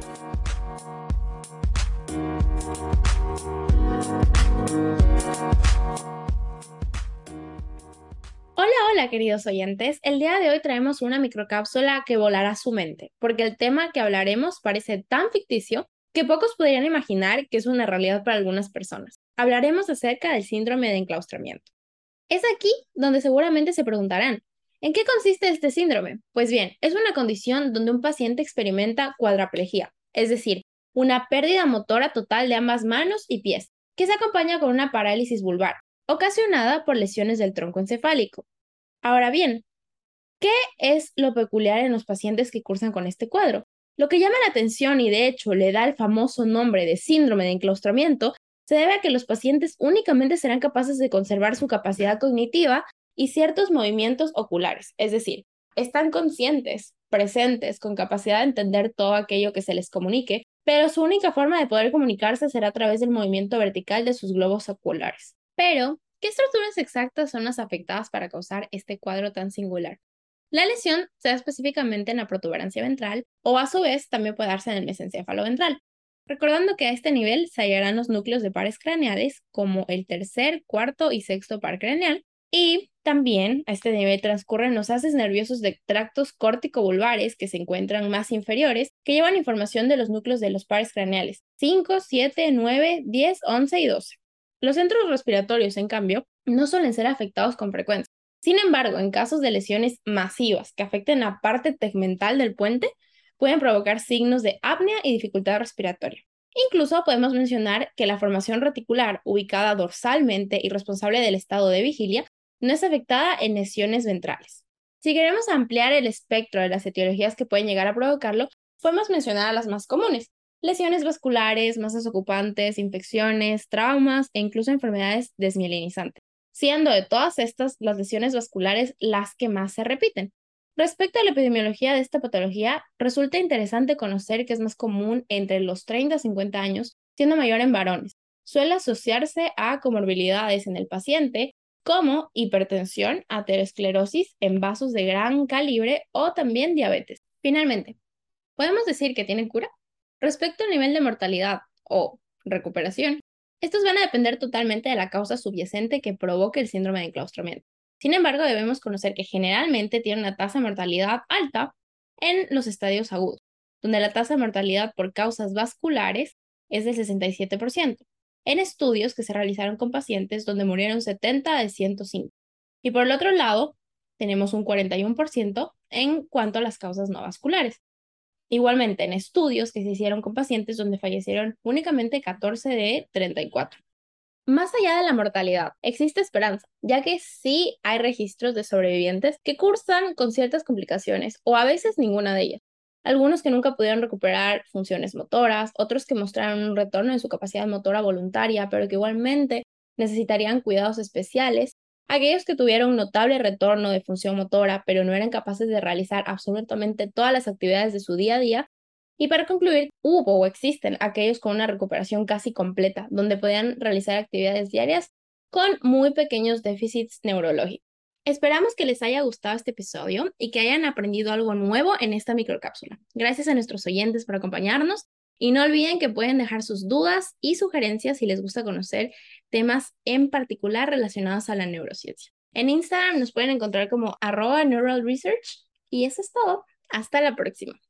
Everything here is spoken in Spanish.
Hola, queridos oyentes. El día de hoy traemos una microcápsula que volará su mente, porque el tema que hablaremos parece tan ficticio que pocos podrían imaginar que es una realidad para algunas personas. Hablaremos acerca del síndrome de enclaustramiento. Es aquí donde seguramente se preguntarán, ¿en qué consiste este síndrome? Pues bien, es una condición donde un paciente experimenta cuadraplegia, es decir, una pérdida motora total de ambas manos y pies, que se acompaña con una parálisis vulvar, ocasionada por lesiones del tronco encefálico. Ahora bien, ¿qué es lo peculiar en los pacientes que cursan con este cuadro? Lo que llama la atención y de hecho le da el famoso nombre de síndrome de enclaustramiento se debe a que los pacientes únicamente serán capaces de conservar su capacidad cognitiva y ciertos movimientos oculares, es decir, están conscientes, presentes, con capacidad de entender todo aquello que se les comunique, pero su única forma de poder comunicarse será a través del movimiento vertical de sus globos oculares. Pero, ¿qué estructuras exactas son las afectadas para causar este cuadro tan singular? La lesión se da específicamente en la protuberancia ventral o a su vez también puede darse en el mesencéfalo ventral. Recordando que a este nivel se hallarán los núcleos de pares craneales como el tercer, cuarto y sexto par craneal y también a este nivel transcurren los haces nerviosos de tractos córtico-vulvares que se encuentran más inferiores que llevan información de los núcleos de los pares craneales 5, 7, 9, 10, 11 y 12. Los centros respiratorios, en cambio, no suelen ser afectados con frecuencia. Sin embargo, en casos de lesiones masivas que afecten la parte tegmental del puente, pueden provocar signos de apnea y dificultad respiratoria. Incluso podemos mencionar que la formación reticular, ubicada dorsalmente y responsable del estado de vigilia, no es afectada en lesiones ventrales. Si queremos ampliar el espectro de las etiologías que pueden llegar a provocarlo, podemos mencionar a las más comunes: lesiones vasculares, masas ocupantes, infecciones, traumas e incluso enfermedades desmielinizantes, siendo de todas estas las lesiones vasculares las que más se repiten. Respecto a la epidemiología de esta patología, resulta interesante conocer que es más común entre los 30 a 50 años, siendo mayor en varones. Suele asociarse a comorbilidades en el paciente como hipertensión, aterosclerosis en vasos de gran calibre o también diabetes. Finalmente, ¿podemos decir que tienen cura? Respecto al nivel de mortalidad o recuperación, estos van a depender totalmente de la causa subyacente que provoque el síndrome de enclaustramiento. Sin embargo, debemos conocer que generalmente tiene una tasa de mortalidad alta en los estadios agudos, donde la tasa de mortalidad por causas vasculares es del 67%, en estudios que se realizaron con pacientes donde murieron 70 de 105. Y por el otro lado, tenemos un 41% en cuanto a las causas no vasculares. Igualmente, en estudios que se hicieron con pacientes donde fallecieron únicamente 14 de 34. Más allá de la mortalidad, existe esperanza, ya que sí hay registros de sobrevivientes que cursan con ciertas complicaciones o a veces ninguna de ellas. Algunos que nunca pudieron recuperar funciones motoras, otros que mostraron un retorno en su capacidad motora voluntaria, pero que igualmente necesitarían cuidados especiales. Aquellos que tuvieron un notable retorno de función motora, pero no eran capaces de realizar absolutamente todas las actividades de su día a día. Y para concluir, hubo o existen aquellos con una recuperación casi completa, donde podían realizar actividades diarias con muy pequeños déficits neurológicos. Esperamos que les haya gustado este episodio y que hayan aprendido algo nuevo en esta microcápsula. Gracias a nuestros oyentes por acompañarnos y no olviden que pueden dejar sus dudas y sugerencias si les gusta conocer temas en particular relacionados a la neurociencia. En Instagram nos pueden encontrar como @neuralresearch y eso es todo. Hasta la próxima.